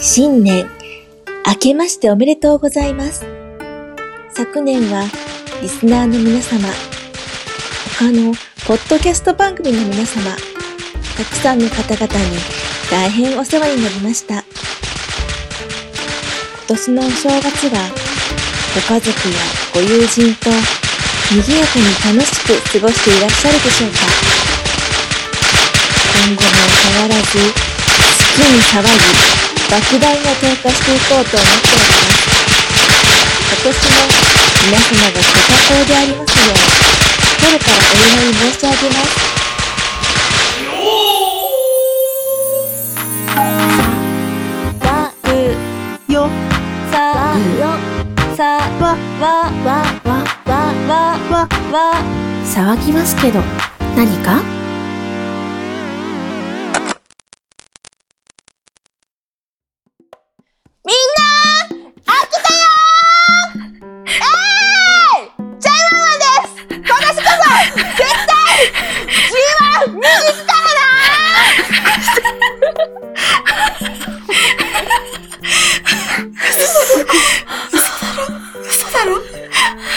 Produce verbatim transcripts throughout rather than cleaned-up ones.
新年明けましておめでとうございます。昨年はリスナーの皆様、他のポッドキャスト番組の皆様、たくさんの方々に大変お世話になりました。今年のお正月はご家族やご友人と賑やかに楽しく過ごしていらっしゃるでしょうか。今後も変わらず好きに騒ぎ爆弾を投下していこうと思っております。今年も皆様がご多幸でありますよう心からお祈り申し上げます。わうよさよさわわわわわわわわ騒ぎますけど何か？ みんな飽きたよー。えーいチャイママです。今年こそ絶対 ジーワン 見に行くから嘘だろ嘘だろ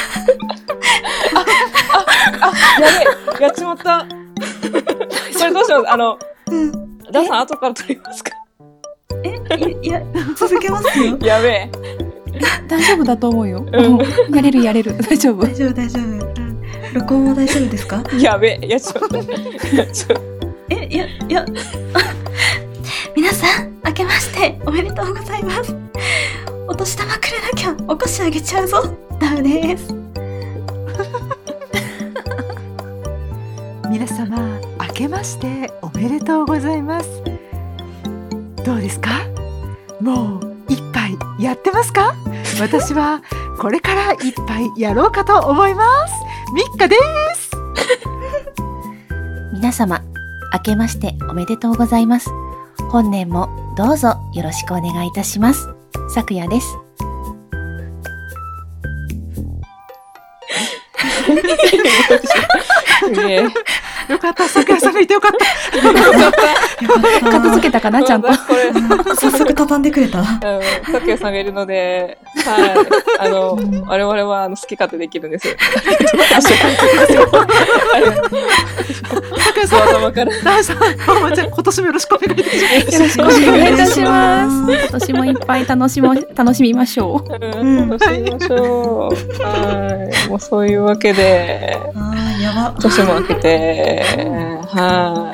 あ、あ、やべえ、やっちまった。これどうします？あの、 うん。 ダンさん後から撮りますか？ え、いや、続けますよ。 やべえ。 大丈夫だと思うよ。 うん、 やれるやれる。大丈夫。 大丈夫大丈夫。うん。録音は大丈夫ですか？ やべえ、やっちまった。 え、いや、いや。皆さん、明けましておめでとうございます。お年玉くれなきゃお菓子あげちゃうぞ。ダウです。 皆様、明けましておめでとうございます。どうですか？もう一杯やってますか？私はこれから一杯やろうかと思います。みっかです。 皆様、明けましておめでとうございます。本年もどうぞよろしくお願いいたします。さくやです。 よかった、さくやさんがいてよかった。 よかった。片付けたかな、ちゃんと。 これ、 早速畳んでくれた。うん、 さくやさんがいるので、はい、あの、うん、我々はあの好き勝手できるんですよ。さくやさん、頭から。 ダンさん、じゃあ今年もよろしくお願いいたします。 よろしくお願いいたします。今年もいっぱい楽しも楽しみましょう。 うん、楽しみましょう。はい、もうそういうわけで、 あーやば。 年も明けて。はい、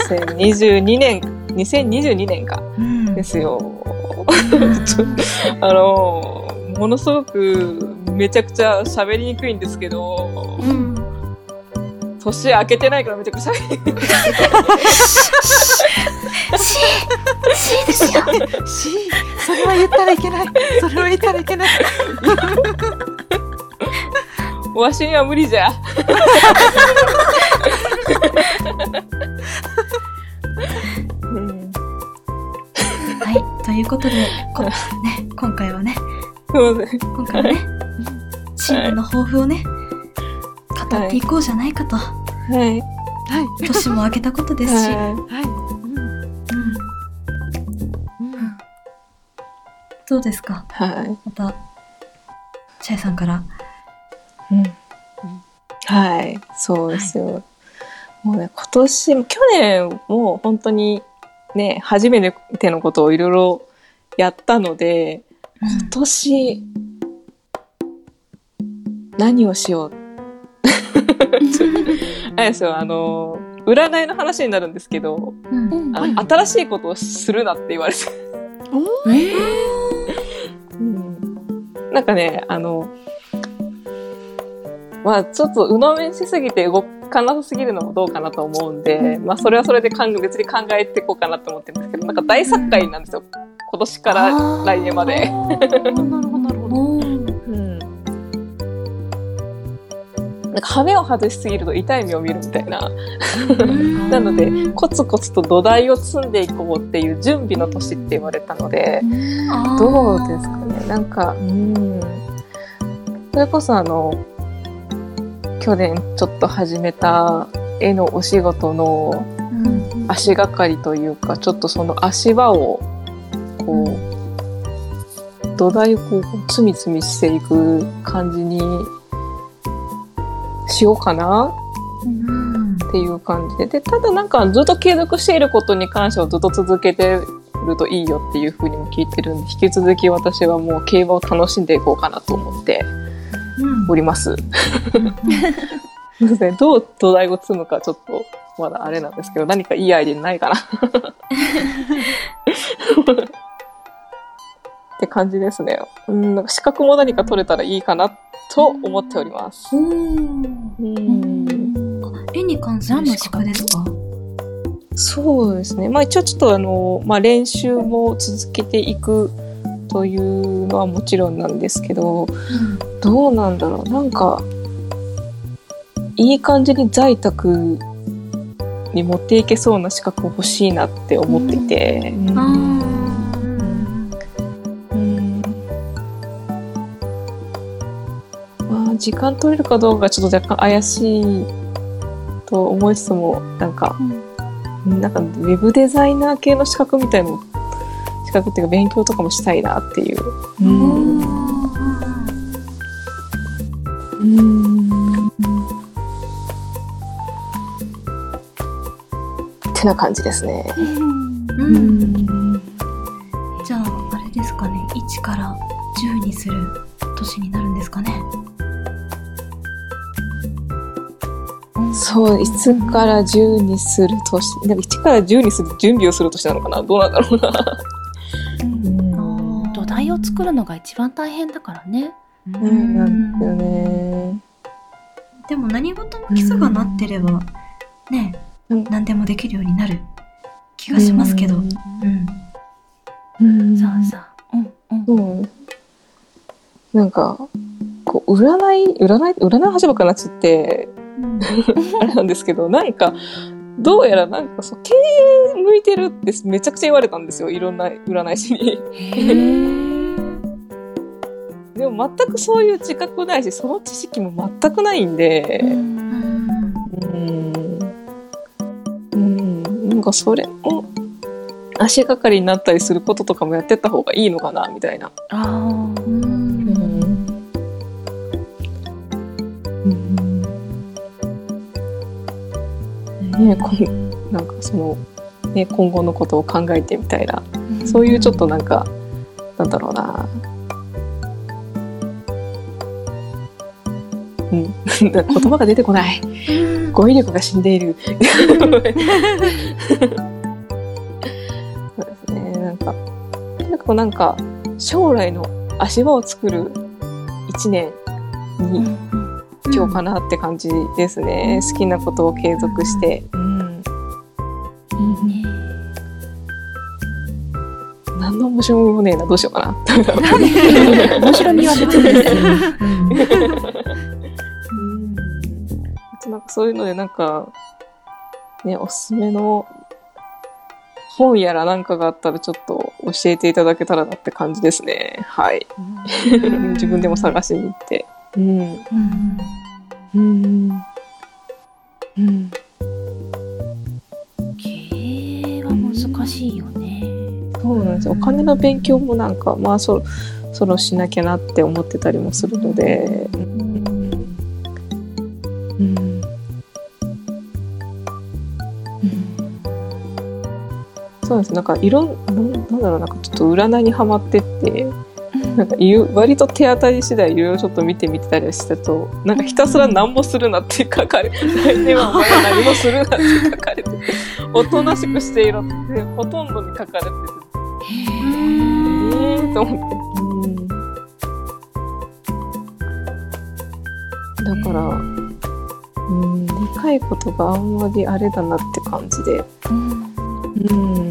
にせんにじゅうにねん、にせんにじゅうにねんか、うん、ですよ。あのものすごくめちゃくちゃ喋りにくいんですけど、うん、年明けてないからめちゃくちゃ喋りにくい。 し、しですよ。 し、それは言ったらいけない。それは言ったらいけない。 わしには無理じゃ。 うん、はい、ということで、こね、今回はね、今回はね、新年の抱負をね、語っていこうじゃないかと。はい。はい。年も明けたことですし、はい。はい、うんうんうん、どうですか？はい。また、チャイさんから。 うん、はい、そうですよ。はい、もうね、今年、去年も本当にね、初めてのことをいろいろやったので、今年、何をしよう。あれですよ、あの、占いの話になるんですけど、うん、あの新しいことをするなって言われて。えーうん、なんかね、あの、まあちょっと鵜呑みしすぎて動かなさすぎるのもどうかなと思うんで、うん、まあそれはそれで考え別に考えていこうかなと思ってるんですけど、なんか大作会なんですよ。今年から来年まで。なるほどなるほど。うん。なんか羽目を外しすぎると痛い目を見るみたいな。なのでコツコツと土台を積んでいこうっていう準備の年って言われたので、どうですかね。なんか、うん、それこそあの。去年ちょっと始めた絵のお仕事の足がかりというか、ちょっとその足場をこう土台をこう積み積みしていく感じにしようかなっていう感じで、でただなんかずっと継続していることに関してはずっと続けてるといいよっていう風にも聞いてるんで、引き続き私はもう競馬を楽しんでいこうかなと思っております。うん、どう土台を積むかちょっとまだあれなんですけど、何かいいアイデアないかなって感じですね。うん、なんか資格も何か取れたらいいかなと思っております。うん。 うん。絵に関する資格ですか？ そうですね。まあ一応ちょっとあの、まあ練習も続けていくというのはもちろんなんですけど、うん、どうなんだろう。なんか、いい感じに在宅に持っていけそうな資格欲しいなって思っていて。うんうんまあ、時間取れるかどうかちょっと若干怪しいと思いつつも、なんか、うん、なんかウェブデザイナー系の資格みたいなの資格っていうか勉強とかもしたいなっていう。うんうんってな感じですね。うんうん、 じゃああれですかね、いちからじゅうにする年になるんですかね。 そう、いちからじゅうにする年、なんかいちからじゅうにする準備をする年なのかな、どうなんだろうな。 うん、土台を作るのが一番大変だからね。 うん、なんですよね。 でも何事も基礎がなってれば、うん、ね、うん、何でもできるようになる気がしますけど。うん。 うん。そうそう。うん。 うん。なんか、こう、占い、占い、占い始めかなっつって、うん、あれなんですけど、なんか、どうやらなんかそう、経営向いてるってめちゃくちゃ言われたんですよ。いろんな占い師に。でも全くそういう自覚ないし、その知識も全くないんで、うん。うん。なんかそれを足がかりになったりすることとかもやってった方がいいのかなみたいな。ああ。うん。うん。ね、こんなんかそのね今後のことを考えてみたいな、うん、そういうちょっとなんかなんだろうな。うん、言葉が出てこない。語彙力が死んでいる。そうですね。なんか、なんかなんか将来の足場を作る一年に、うん、今日かなって感じですね。うん、好きなことを継続して。うん。うん、何の面白みもねえな。どうしようかな。 面白みは別にですよ。 なんかそういうのでなんかねおすすめの本やらなんかがあったらちょっと教えていただけたらなって感じですね。はい。自分でも探しに行って。うん。うん。うん。うん。 経営は難しいよね。 そうなんですよ。お金の勉強もなんかまあそろそろしなきゃなって思ってたりもするので。うん。うんそうです。なんかいろんな、なんだろう、なんかちょっと占いにハマってって、なんか割と手当たり次第いろいろちょっと見てみてたりしてると、なんかひたすら何もするなって書かれて、来年はお前は何もするなって書かれてて、おとなしくしていろってほとんどに書かれてて、えーと思って。うん、だから、うん、でかいことがあんまりあれだなって感じで。うん、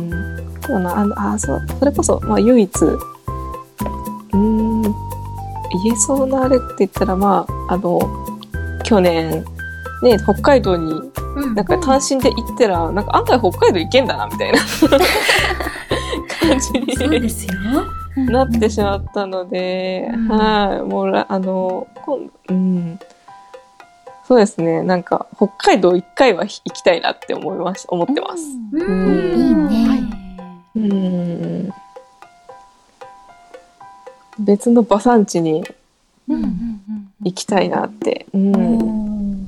そうな、あの、あ、そう、それこそ、まあ、唯一、うーん、言えそうなあれって言ったら、まあ、あの、去年、ね、北海道に、なんか単身で行ったら、うん、なんか案外北海道行けんだな、みたいな感じにそうですよなってしまったので、うん、はい、もう、あの、今度、うん、そうですね。なんか北海道一回は行きたいなって思います。思ってます。 うん、いいね。 うん。 別の馬産地に行きたいなって、うんうんうん、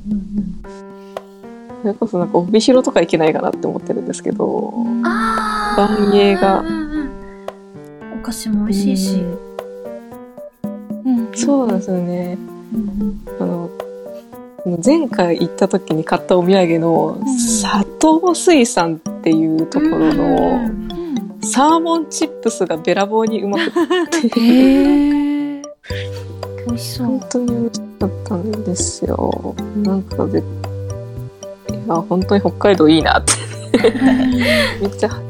それこそなんか帯広とか行けないかなって思ってるんですけど、万栄がお菓子も美味しいし、 うんうん、そうなんですよね、うん、あの前回行った時に買ったお土産の佐藤水産っていうところのサーモンチップスがべらぼうにうまくて美味しそう。 本当に美味しかったんですよ。なんかで、いや本当に北海道いいなってめっちゃ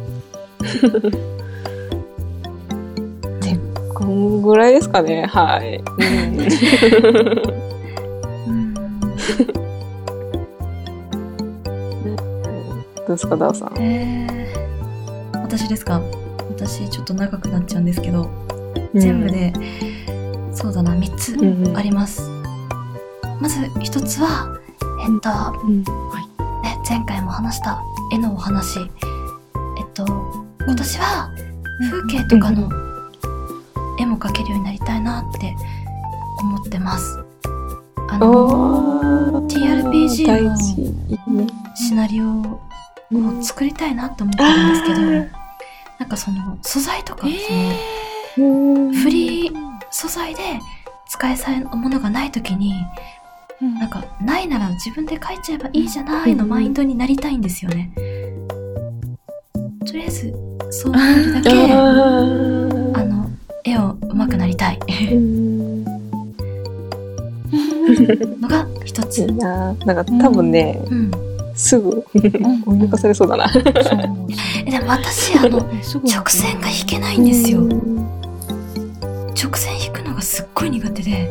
でこんぐらいですかね。はい、うんどうですかダオさん。 えー、私ですか。私ちょっと長くなっちゃうんですけど、うん、全部でそうだなみっつあります、うんうん、まずひとつはえっと、うんはいね、前回も話した絵のお話。えっと今年は風景とかの絵も描けるようになりたいなって思ってます。あの ティーアールピージー のシナリオを作りたいなと思ってるんですけど、なんかその素材とか、そのフリー素材で使えそうなものがないときに、なんかないなら自分で描いちゃえばいいじゃないのマインドになりたいんですよね。とりあえずそうなるだけあの絵を上手くなりたいのが一つ。 いやなんか多分ね、うん、すぐ追い抜かされそうだな。でも私あの直線が引けないんですよ。直線引くのがすっごい苦手で、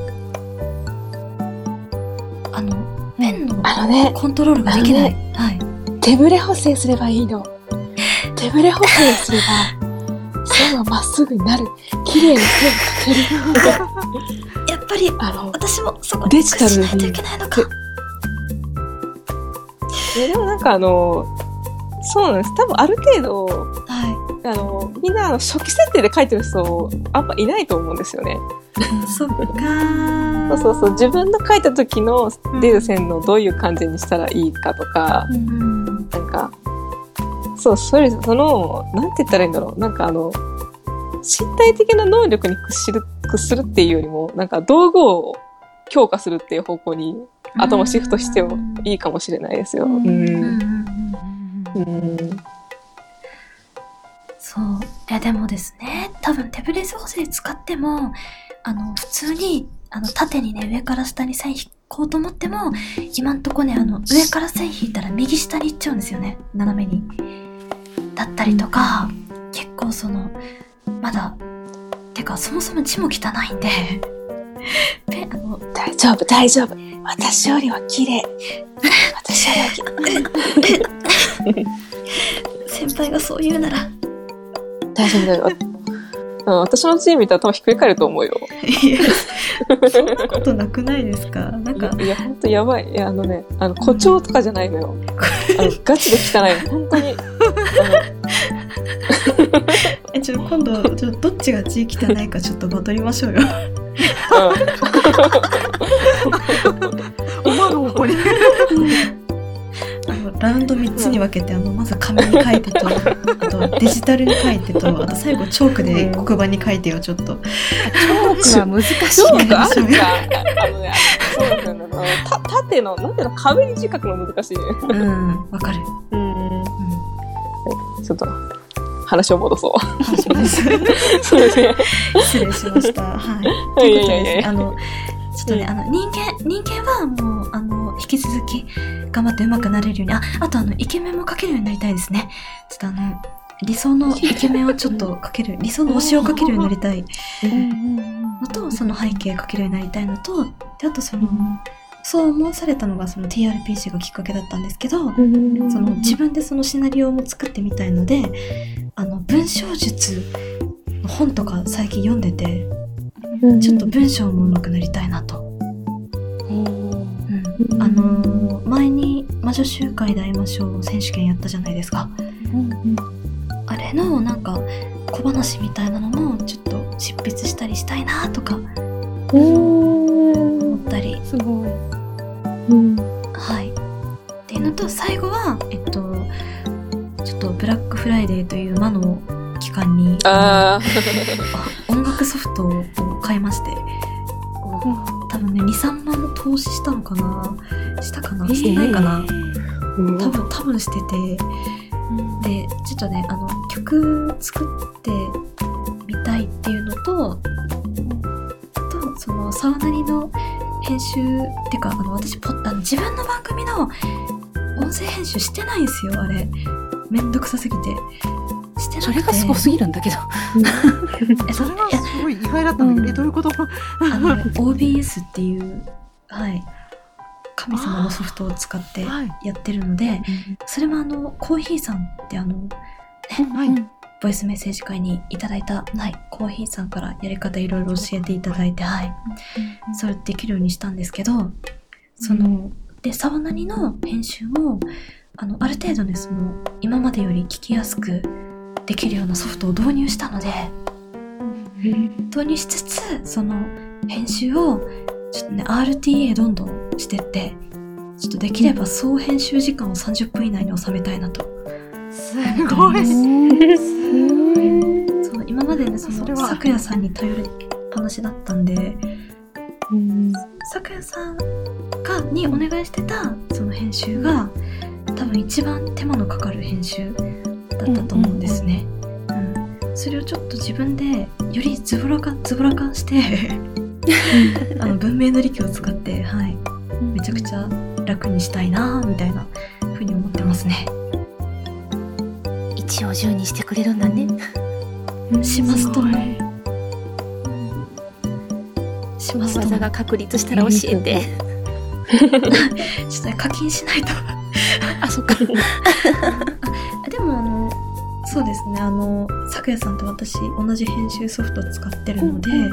あのペンのコントロールができない、ねはい、 手ブレ補正すればいいの。手ブレ補正すれば線はまっすぐになる。綺麗に線を描ける。 やっぱりあの私もそこにしないといけないのか。 でもなんかあのそうなんです。多分ある程度、はい、あのみんなあの初期設定で書いてる人あんまいないと思うんですよね。 そっかそうそうそう自分の書いた時の出る線のどういう感じにしたらいいかとか、うん、なんかそうそれそのなんて言ったらいいんだろうなんかあの身体的な能力に屈する屈するっていうよりもなんか道具を強化するっていう方向に頭シフトしてもいいかもしれないですよ。うんうんうんそういやでもですね多分手ブレ補正使ってもあの普通にあの縦にね上から下に線引こうと思っても今んとこねあの上から線引いたら右下に行っちゃうんですよね斜めにだったりとか結構そのまだてかそもそも字も汚いんでペあの大丈夫大丈夫私よりは綺麗私よりは綺麗先輩がそう言うなら大丈夫だよ私の字見たら多分ひっくり返ると思うよ。 いやそんなことなくないですか。なんかいや本当やばい。いやあのねあの誇張とかじゃないのよ。あのガチで汚い本当に。 えちょ今度ちょどっちが字汚いかちょっとバトりましょうよ。 思わぬ方向に。 あのラウンドみっつに分けてあのまず紙に書いてとあとデジタルに書いてとあと最後チョークで黒板に書いてよちょっと。チョークは難しい。 チョークあるか。あのねそうですよね。た縦のなんていうの壁に字書くの難しいね。 うんわかる。うん、 うん、ちょっと話を戻そう。 話を戻そう。そうですね。失礼しました。はい。ということでですねあの。ちょっとね、あの人間人間はもうあの引き続き頑張って上手くなれるようにああとあのイケメンも描けるようになりたいですね。ちょっとあの理想のイケメンをちょっと描ける理想の推しを描けるようになりたいのとその背景描けるようになりたいのとであとそのそう思わされたのがその ティーアールピージー がきっかけだったんですけどその自分でそのシナリオも作ってみたいのであの文章術の本とか最近読んでてちょっと文章も上手くなりたいなと、うん、あのー、前に魔女集会で会いましょう選手権やったじゃないですか、うん、あれのなんか小話みたいなのもちょっと執筆したりしたいなとか思ったり、 すごい、 うん、はいっていうのと、最後はえっとちょっとブラックフライデーという魔の期間にあ音楽ソフトを買いまして、多分ね にさんまん投資したのかな、したかな、してないかな、多分多分してて、でちょっとねあの曲作ってみたいっていうのと、とそのサウナリの編集ってか、あの私ポあの自分の番組の音声編集してないんですよ。あれめんどくさすぎてしてなくて、 それがすごすぎるんだけどえそれはすごい意外だったんだけど、うん、えどういうこと？ あの オービーエス っていうはい神様のソフトを使ってやってるので、はい、それもあのコーヒーさんってあの、ねはい、ボイスメッセージ会にいただいた、はい、コーヒーさんからやり方いろいろ教えていただいて、はい、それできるようにしたんですけど、そのでサワナニの編集もあのある程度ね、その今までより聞きやすくできるようなソフトを導入したので、導入しつつその編集をちょっとね アールティーエー どんどんしてって、ちょっとできれば総編集時間をさんじゅっぷん以内に収めたいなと。 すごい。 そう今までねその咲夜さんに頼りっぱなしだったんで、咲夜さんがにお願いしてたその編集が多分一番手間のかかる編集だったと思うんですね。うんうん、それをちょっと自分でよりズボラ化ズボラ化してあの文明の利器を使って、はい、めちゃくちゃ楽にしたいなみたいなふうに思ってますね。 一応じゅうにしてくれるんだね。 しますとね。しますと。 技が確立したら教えて。 ちょっとね課金しないと。 あ、そっか。 でもあのそうですね、あの咲夜さんと私同じ編集ソフトを使ってるので、うんうん、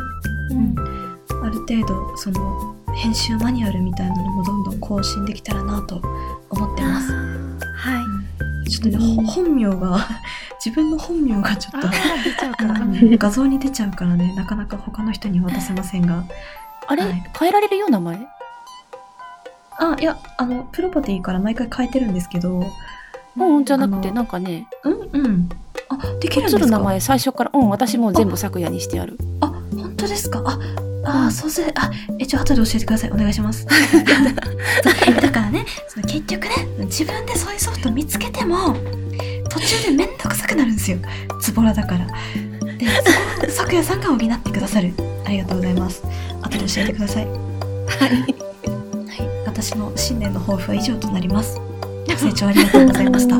ある程度その編集マニュアルみたいなのもどんどん更新できたらなと思ってます。 はい。 ちょっとね、うん、本名が自分の本名がちょっと出ちゃうから画像に出ちゃうからね、なかなか他の人には渡せませんが。 あれ、はい、変えられるよ名前？ あ、いや、あのプロパティから毎回変えてるんですけど。 うん、じゃなくてなんかね、 うんうん。あ、できるんですか？ 映る名前最初から、うん、私も全部咲夜にしてある。 あ、本当ですか？あ、あ、うん、そうする、あ、え、ちょ後で教えてください。お願いします。だからね、その結局ね、自分でそういうソフト見つけても途中でめんどくさくなるんですよ。ズボラだから。で、そこを咲夜さんが補ってくださる。ありがとうございます。後で教えてください。はい。はい、私の新年の抱負は以上となります。ご清聴ありがとうございました。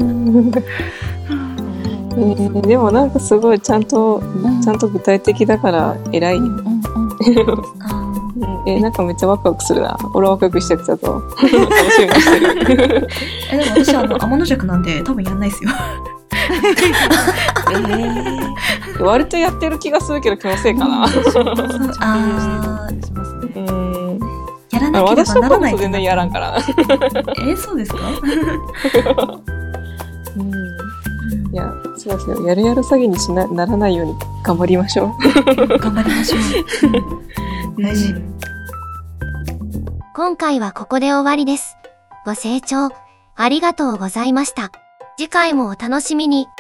えー、でもなんかすごいちゃんと、うん、ちゃんと具体的だから偉い。うんうんうん、えー、なんかめっちゃワクワクするな。俺ワクワクしちゃったぞ。楽しみにしてる。 え、でも私あの天の弱なんで多分やんないですよ。 えー、割とやってる気がするけど気のせいかな。 あー、うんやらなければならない。 私のこと全然やらんからな。 えー、そうですか？ うん、いや、そうですね。やるやる詐欺にし な, ならないように頑張りましょう。 頑張りましょう。大事。 今回はここで終わりです。ご清聴ありがとうございました。次回もお楽しみに。